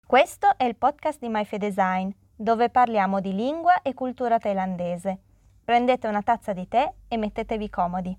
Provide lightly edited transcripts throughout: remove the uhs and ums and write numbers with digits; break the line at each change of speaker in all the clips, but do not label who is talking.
Questo è il podcast di MyFedesign, dove parliamo di lingua e cultura thailandese. Prendete una tazza di tè e mettetevi comodi.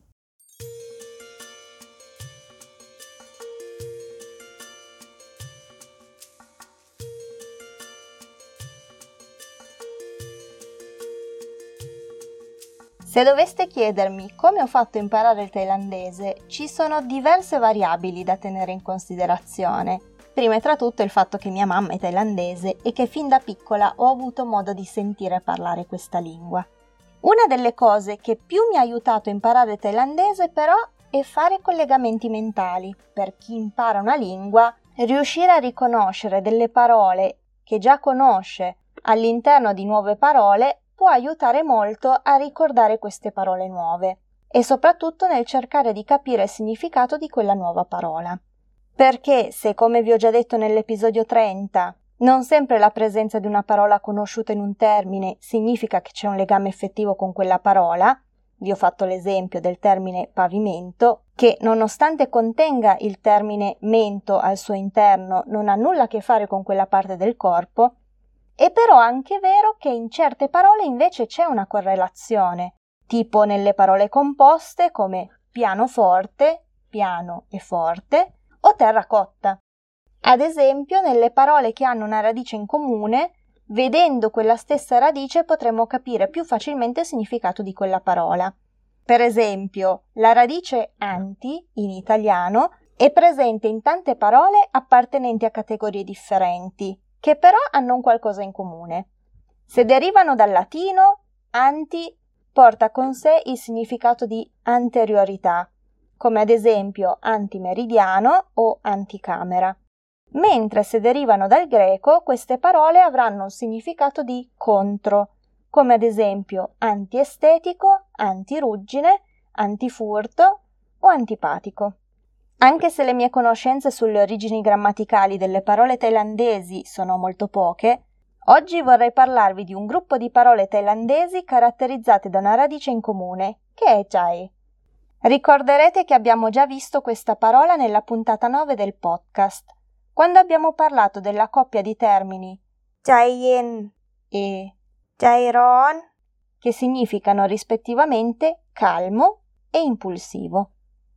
Se doveste chiedermi come ho fatto a imparare il thailandese, ci sono diverse variabili da tenere in considerazione. Prima tra tutto il fatto che mia mamma è thailandese e che fin da piccola ho avuto modo di sentire parlare questa lingua. Una delle cose che più mi ha aiutato a imparare il thailandese però è fare collegamenti mentali. Per chi impara una lingua, riuscire a riconoscere delle parole che già conosce all'interno di nuove parole può aiutare molto a ricordare queste parole nuove e soprattutto nel cercare di capire il significato di quella nuova parola. Perché se, come vi ho già detto nell'episodio 30, non sempre la presenza di una parola conosciuta in un termine significa che c'è un legame effettivo con quella parola, vi ho fatto l'esempio del termine pavimento, che nonostante contenga il termine mento al suo interno non ha nulla a che fare con quella parte del corpo, è però anche vero che in certe parole invece c'è una correlazione, tipo nelle parole composte come pianoforte, piano e forte, o terracotta. Ad esempio, nelle parole che hanno una radice in comune, vedendo quella stessa radice potremo capire più facilmente il significato di quella parola. Per esempio, la radice anti, in italiano, è presente in tante parole appartenenti a categorie differenti, che però hanno un qualcosa in comune. Se derivano dal latino, anti porta con sé il significato di anteriorità, come ad esempio antimeridiano o anticamera. Mentre se derivano dal greco, queste parole avranno un significato di contro, come ad esempio antiestetico, antiruggine, antifurto o antipatico. Anche se le mie conoscenze sulle origini grammaticali delle parole thailandesi sono molto poche, oggi vorrei parlarvi di un gruppo di parole thailandesi caratterizzate da una radice in comune, che è chai. Ricorderete che abbiamo già visto questa parola nella puntata 9 del podcast, quando abbiamo parlato della coppia di termini chai yen e chai ron, che significano rispettivamente calmo e impulsivo.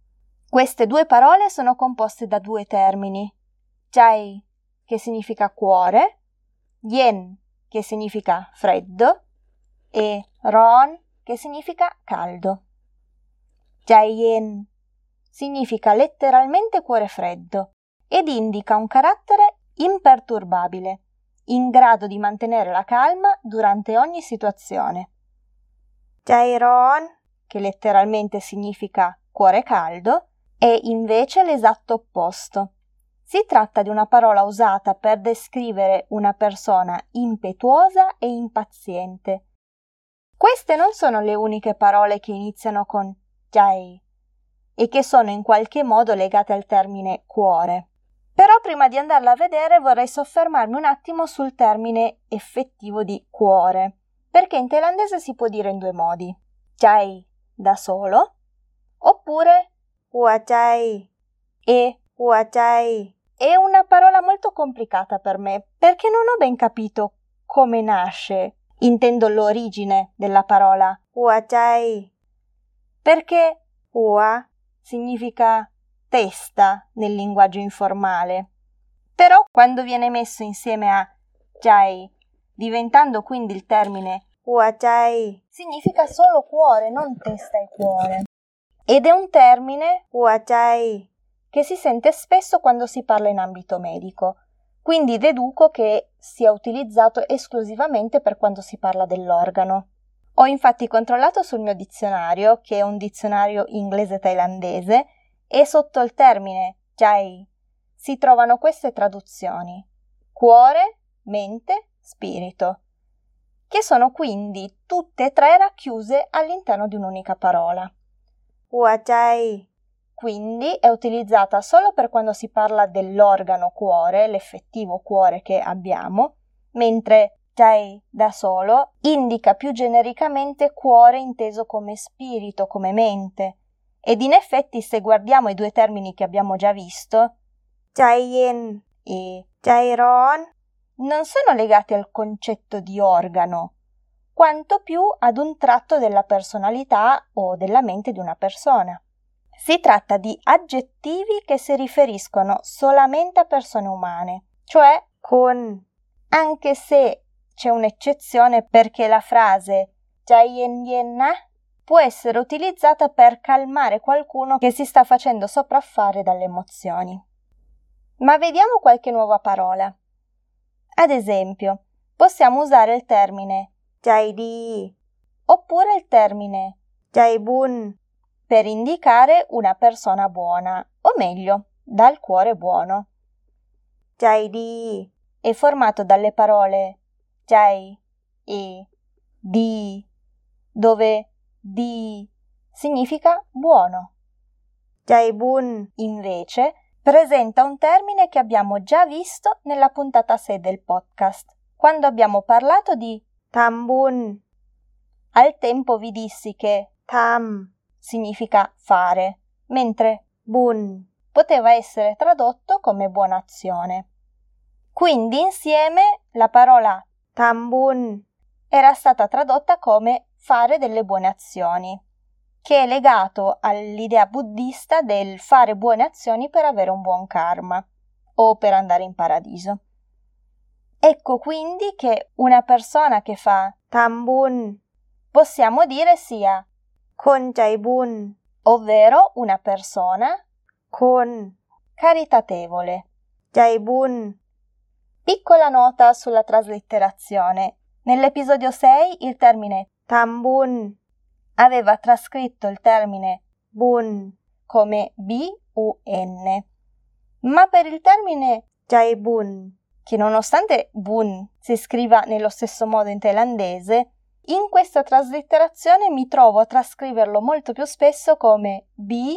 Queste due parole sono composte da due termini, chai, che significa cuore, yen, che significa freddo, e ron, che significa caldo. Chai yen significa letteralmente cuore freddo ed indica un carattere imperturbabile, in grado di mantenere la calma durante ogni situazione. Chai ron, che letteralmente significa cuore caldo, è invece l'esatto opposto. Si tratta di una parola usata per descrivere una persona impetuosa e impaziente. Queste non sono le uniche parole che iniziano con chai e che sono in qualche modo legate al termine cuore. Però prima di andarla a vedere vorrei soffermarmi un attimo sul termine effettivo di cuore, perché in thailandese si può dire in due modi, chai da solo, oppure hua chai e hua chai. È una parola molto complicata per me, perché non ho ben capito come nasce, intendo l'origine della parola hua chai, perché hua significa testa nel linguaggio informale, però quando viene messo insieme a chai, diventando quindi il termine hua chai, significa solo cuore, non testa e cuore. Ed è un termine, hua chai, che si sente spesso quando si parla in ambito medico, quindi deduco che sia utilizzato esclusivamente per quando si parla dell'organo. Ho infatti controllato sul mio dizionario, che è un dizionario inglese-thailandese, e sotto il termine chai si trovano queste traduzioni: cuore, mente, spirito, che sono quindi tutte e tre racchiuse all'interno di un'unica parola. Hua chai quindi è utilizzata solo per quando si parla dell'organo cuore, l'effettivo cuore che abbiamo, mentre chai da solo indica più genericamente cuore inteso come spirito, come mente. Ed in effetti, se guardiamo i due termini che abbiamo già visto, chai yen e chai ron, non sono legati al concetto di organo, quanto più ad un tratto della personalità o della mente di una persona. Si tratta di aggettivi che si riferiscono solamente a persone umane, cioè con, anche se c'è un'eccezione perché la frase "자이엔옌나" può essere utilizzata per calmare qualcuno che si sta facendo sopraffare dalle emozioni. Ma vediamo qualche nuova parola. Ad esempio, possiamo usare il termine "자이디" oppure il termine "자이분" per indicare una persona buona, o meglio, dal cuore buono. "자이디" è formato dalle parole "자이" e "di", dove "di" significa buono. "자이분" invece presenta un termine che abbiamo già visto nella puntata 6 del podcast, quando abbiamo parlato di "tambun". Al tempo vi dissi che "tam" significa fare, mentre "bun" poteva essere tradotto come buona azione. Quindi insieme la parola "tambun" era stata tradotta come fare delle buone azioni, che è legato all'idea buddista del fare buone azioni per avere un buon karma o per andare in paradiso. Ecco quindi che una persona che fa "tambun" possiamo dire sia "con jaibun", ovvero una persona con caritatevole. Jaibun. Piccola nota sulla traslitterazione. Nell'episodio 6 il termine tambun aveva trascritto il termine bun come B-U-N, ma per il termine jaibun, che nonostante bun si scriva nello stesso modo in thailandese, in questa traslitterazione mi trovo a trascriverlo molto più spesso come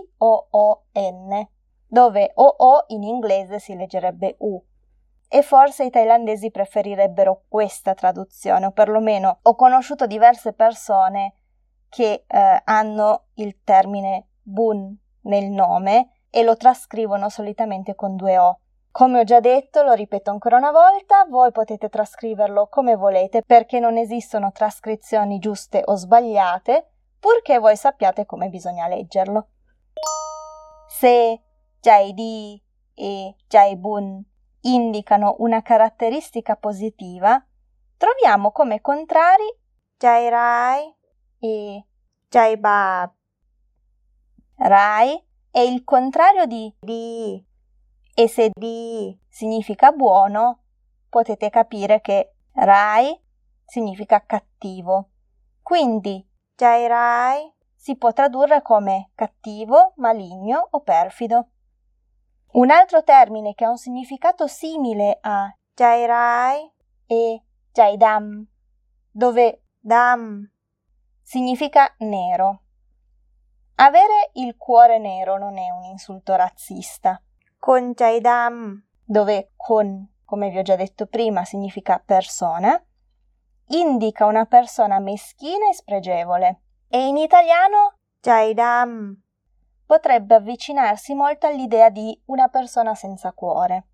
B-O-O-N, dove O-O in inglese si leggerebbe U. E forse i thailandesi preferirebbero questa traduzione, o perlomeno ho conosciuto diverse persone che hanno il termine bun nel nome e lo trascrivono solitamente con 2 O. Come ho già detto, lo ripeto ancora una volta, voi potete trascriverlo come volete perché non esistono trascrizioni giuste o sbagliate, purché voi sappiate come bisogna leggerlo. Se jaidi e jaibun indicano una caratteristica positiva, troviamo come contrari jairai e jaibab. Rai è il contrario di di, e se di significa buono, potete capire che rai significa cattivo. Quindi jairai si può tradurre come cattivo, maligno o perfido. Un altro termine che ha un significato simile a jairai è jaidam, dove dam significa nero. Avere il cuore nero non è un insulto razzista. Con jaidam, dove con, come vi ho già detto prima, significa persona, indica una persona meschina e spregevole. E in italiano jaidam potrebbe avvicinarsi molto all'idea di una persona senza cuore.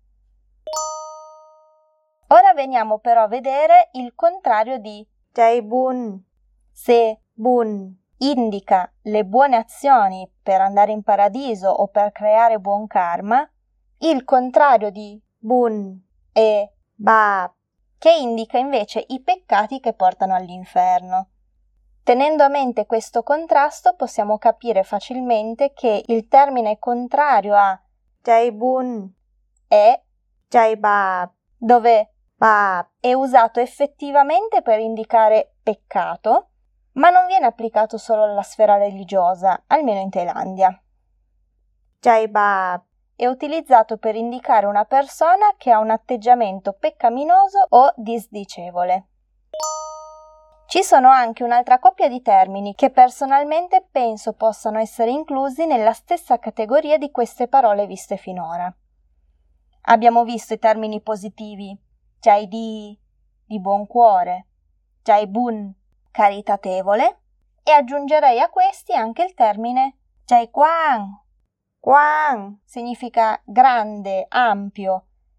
Ora veniamo però a vedere il contrario di jaibun. Se bun indica le buone azioni per andare in paradiso o per creare buon karma, il contrario di bun è bab, che indica invece i peccati che portano all'inferno. Tenendo a mente questo contrasto possiamo capire facilmente che il termine contrario a jaibun è jaibab, dove bab è usato effettivamente per indicare peccato, ma non viene applicato solo alla sfera religiosa, almeno in Thailandia. Jaibab è utilizzato per indicare una persona che ha un atteggiamento peccaminoso o disdicevole. Ci sono anche un'altra coppia di termini che personalmente penso possano essere inclusi nella stessa categoria di queste parole viste finora. Abbiamo visto i termini positivi jaidi, di buon cuore, jaibun, caritatevole, e aggiungerei a questi anche il termine jaiquang. Quang significa grande, ampio,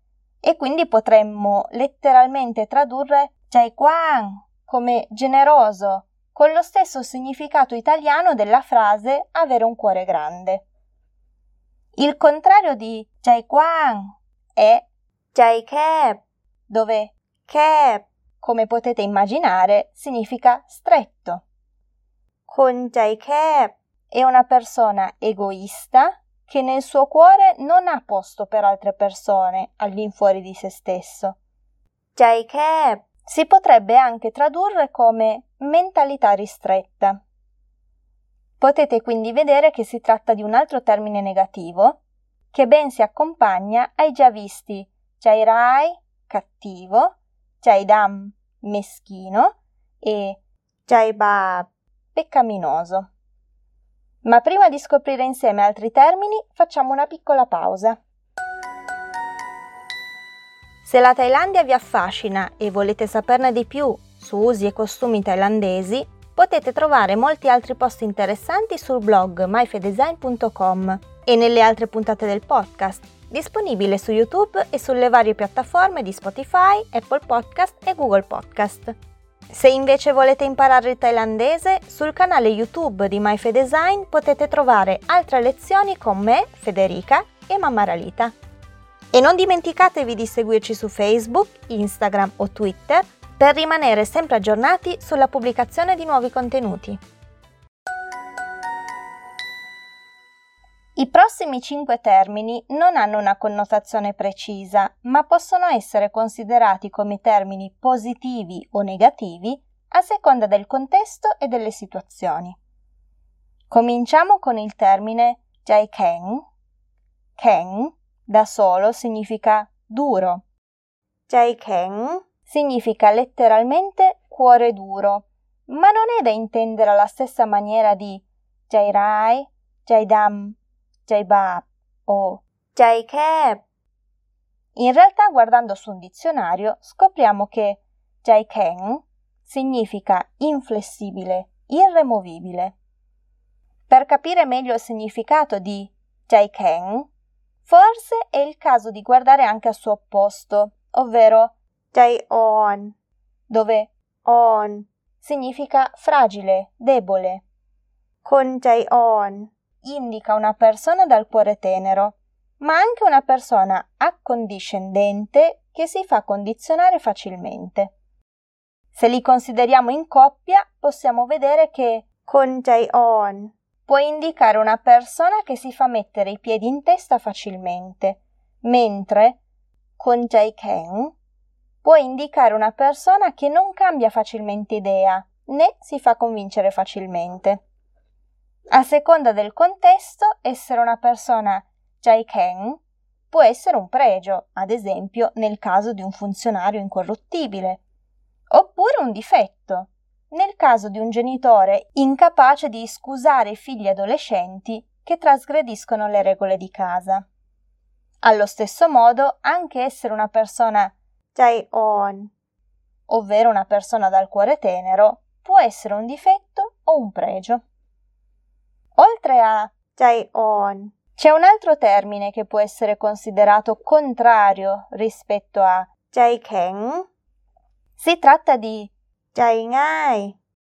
e quindi potremmo letteralmente tradurre Jaiguan come generoso, con lo stesso significato italiano della frase avere un cuore grande. Il contrario di Jaiguan è Jaikeb, dove Keb, come potete immaginare, significa stretto. Con Jaikeb è una persona egoista che nel suo cuore non ha posto per altre persone all'infuori di se stesso. Jaikeb si potrebbe anche tradurre come mentalità ristretta. Potete quindi vedere che si tratta di un altro termine negativo che ben si accompagna ai già visti Jairai, cattivo, Jaidam, meschino e Jaibab, peccaminoso. Ma prima di scoprire insieme altri termini, facciamo una piccola pausa. Se la Thailandia vi affascina e volete saperne di più su usi e costumi thailandesi, potete trovare molti altri post interessanti sul blog myfedesign.com e nelle altre puntate del podcast, disponibile su YouTube e sulle varie piattaforme di Spotify, Apple Podcast e Google Podcast. Se invece volete imparare il thailandese, sul canale YouTube di myfedesign potete trovare altre lezioni con me, Federica e Mamma Ralita. E non dimenticatevi di seguirci su Facebook, Instagram o Twitter per rimanere sempre aggiornati sulla pubblicazione di nuovi contenuti. I prossimi 5 termini non hanno una connotazione precisa, ma possono essere considerati come termini positivi o negativi a seconda del contesto e delle situazioni. Cominciamo con il termine Jaikeng. Keng da solo significa duro. Jaikeng significa letteralmente cuore duro, ma non è da intendere alla stessa maniera di Jairai, Jaidam, Jaibab o Jaikeb. In realtà, guardando su un dizionario, scopriamo che Jaikeng significa inflessibile, irremovibile. Per capire meglio il significato di Jaikeng, forse è il caso di guardare anche al suo opposto, ovvero Jaion, dove On significa fragile, debole. Con Jaion indica una persona dal cuore tenero, ma anche una persona accondiscendente che si fa condizionare facilmente. Se li consideriamo in coppia, possiamo vedere che con Jaion può indicare una persona che si fa mettere i piedi in testa facilmente, mentre con Jaikeng può indicare una persona che non cambia facilmente idea, né si fa convincere facilmente. A seconda del contesto, essere una persona Jaikeng può essere un pregio, ad esempio nel caso di un funzionario incorruttibile, oppure un difetto, nel caso di un genitore incapace di scusare i figli adolescenti che trasgrediscono le regole di casa. Allo stesso modo, anche essere una persona Jaion, ovvero una persona dal cuore tenero, può essere un difetto o un pregio. Oltre a Jaion, c'è un altro termine che può essere considerato contrario rispetto a Jaikeng. Si tratta di Jaingai.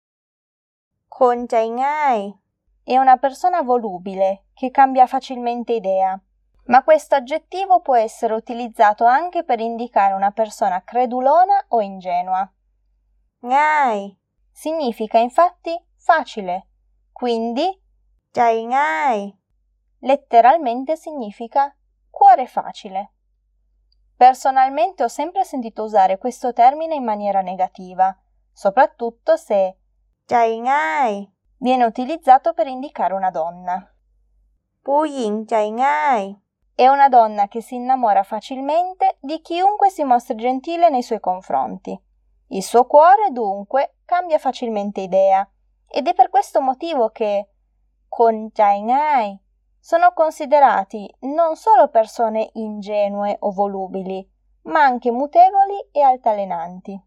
Con Jaingai è una persona volubile che cambia facilmente idea, ma questo aggettivo può essere utilizzato anche per indicare una persona credulona o ingenua. Ngai significa infatti facile, quindi Jaingai letteralmente significa cuore facile. Personalmente ho sempre sentito usare questo termine in maniera negativa, soprattutto se Jaingai viene utilizzato per indicare una donna. Puying Jaingai è una donna che si innamora facilmente di chiunque si mostri gentile nei suoi confronti. Il suo cuore, dunque, cambia facilmente idea, ed è per questo motivo che con Jaingai sono considerati non solo persone ingenue o volubili, ma anche mutevoli e altalenanti.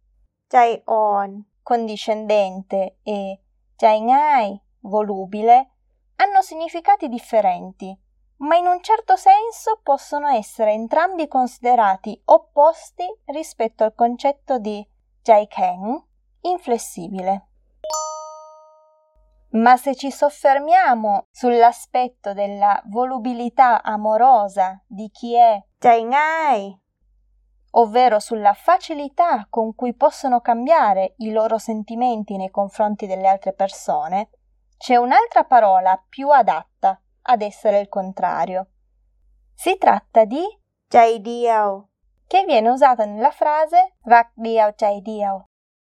Jaion, condiscendente, e Jaingai, volubile, hanno significati differenti, ma in un certo senso possono essere entrambi considerati opposti rispetto al concetto di Jaikeng, inflessibile. Ma se ci soffermiamo sull'aspetto della volubilità amorosa di chi è Jaingai, ovvero sulla facilità con cui possono cambiare i loro sentimenti nei confronti delle altre persone, c'è un'altra parola più adatta ad essere il contrario. Si tratta di Jai Diao, che viene usata nella frase Rak Diao Jai Diao.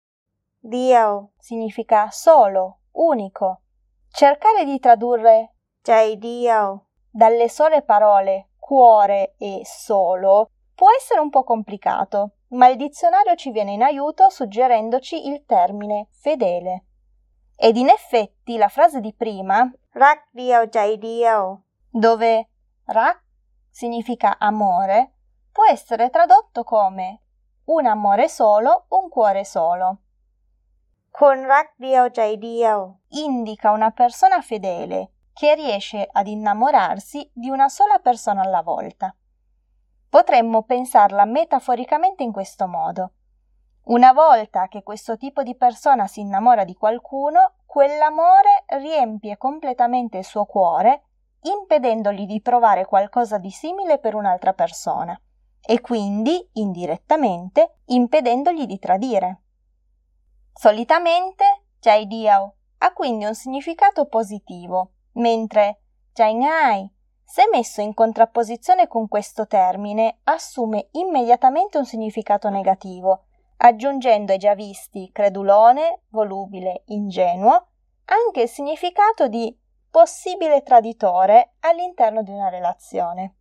Diao significa solo, unico. Cercare di tradurre Jai Diao dalle sole parole cuore e solo può essere un po' complicato, ma il dizionario ci viene in aiuto suggerendoci il termine fedele. Ed in effetti la frase di prima, Rak Diao Jai Diao, dove Rak significa amore, può essere tradotto come un amore solo, un cuore solo. Con Rak Diao Jai Diao indica una persona fedele che riesce ad innamorarsi di una sola persona alla volta. Potremmo pensarla metaforicamente in questo modo. Una volta che questo tipo di persona si innamora di qualcuno, quell'amore riempie completamente il suo cuore, impedendogli di provare qualcosa di simile per un'altra persona e quindi, indirettamente, impedendogli di tradire. Solitamente, Jai Diao ha quindi un significato positivo, mentre Jai Ngai, se messo in contrapposizione con questo termine, assume immediatamente un significato negativo, aggiungendo ai già visti credulone, volubile, ingenuo, anche il significato di possibile traditore all'interno di una relazione.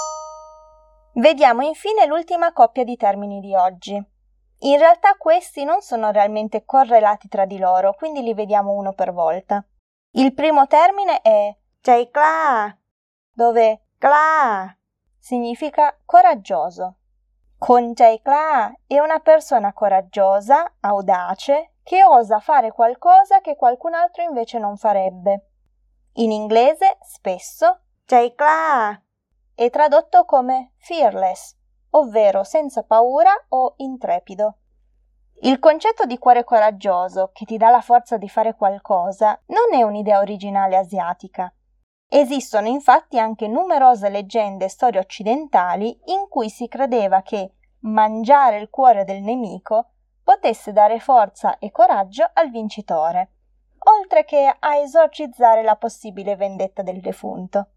Vediamo infine l'ultima coppia di termini di oggi. In realtà questi non sono realmente correlati tra di loro, quindi li vediamo uno per volta. Il primo termine è Jai Kla, dove Kla significa coraggioso. Con Jai Kla è una persona coraggiosa, audace, che osa fare qualcosa che qualcun altro invece non farebbe. In inglese, spesso, Jai Kla è tradotto come fearless, ovvero senza paura o intrepido. Il concetto di cuore coraggioso, che ti dà la forza di fare qualcosa, non è un'idea originale asiatica. Esistono infatti anche numerose leggende e storie occidentali in cui si credeva che mangiare il cuore del nemico potesse dare forza e coraggio al vincitore, oltre che a esorcizzare la possibile vendetta del defunto.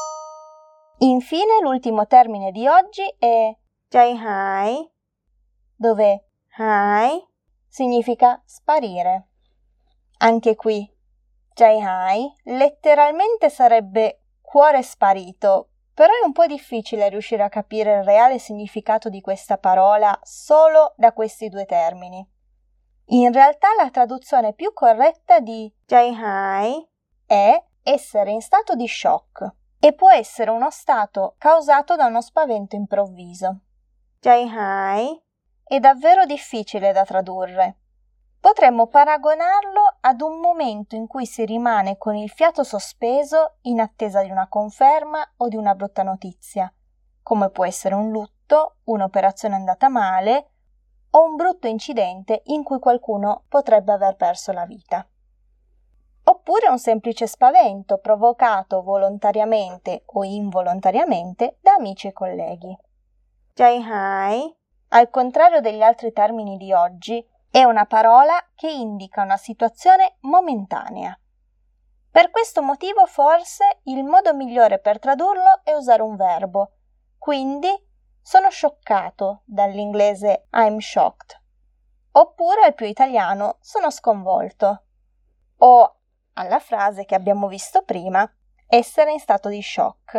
Infine, l'ultimo termine di oggi è Jai Hai, dove Hai significa sparire. Anche qui, Jai Hai letteralmente sarebbe cuore sparito, però è un po' difficile riuscire a capire il reale significato di questa parola solo da questi due termini. In realtà la traduzione più corretta di Jai Hai è essere in stato di shock e può essere uno stato causato da uno spavento improvviso. Jai Hai è davvero difficile da tradurre. Potremmo paragonarlo ad un momento in cui si rimane con il fiato sospeso in attesa di una conferma o di una brutta notizia, come può essere un lutto, un'operazione andata male o un brutto incidente in cui qualcuno potrebbe aver perso la vita. Oppure un semplice spavento provocato volontariamente o involontariamente da amici e colleghi. Jai Hai, al contrario degli altri termini di oggi, è una parola che indica una situazione momentanea. Per questo motivo forse il modo migliore per tradurlo è usare un verbo, quindi sono scioccato dall'inglese I'm shocked, oppure al più italiano sono sconvolto, o alla frase che abbiamo visto prima, essere in stato di shock.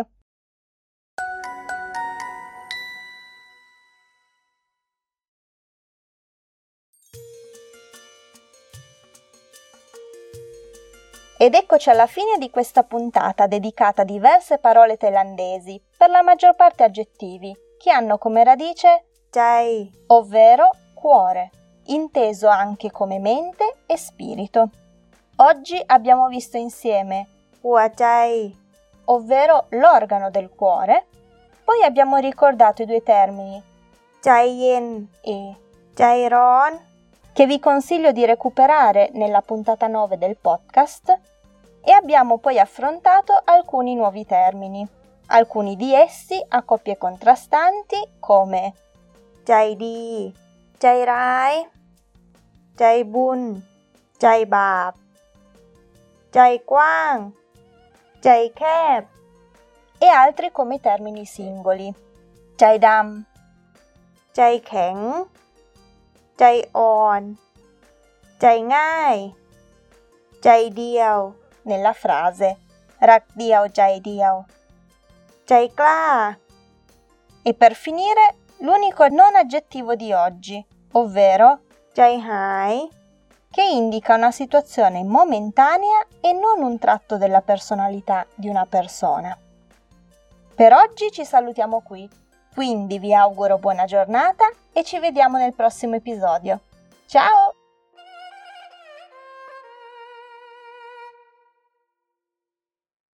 Ed eccoci alla fine di questa puntata dedicata a diverse parole thailandesi, per la maggior parte aggettivi, che hanno come radice Jai, ovvero cuore, inteso anche come mente e spirito. Oggi abbiamo visto insieme Hua Jai, ovvero l'organo del cuore. Poi abbiamo ricordato i due termini Chai yen e Chai ron, che vi consiglio di recuperare nella puntata 9 del podcast, e abbiamo poi affrontato alcuni nuovi termini, alcuni di essi a coppie contrastanti come Chai di, Chai rai, Chai bun, Chai bap, Chai quang, Chai kep, e altri come i termini singoli Chai dam, Chai kheng, Chai on, Chai ngai, Chai diao nella frase Rak diao Chai diao, Chai kla. E per finire l'unico non aggettivo di oggi, ovvero Chai hai, che indica una situazione momentanea e non un tratto della personalità di una persona. Per oggi ci salutiamo qui, quindi vi auguro buona giornata e ci vediamo nel prossimo episodio. Ciao!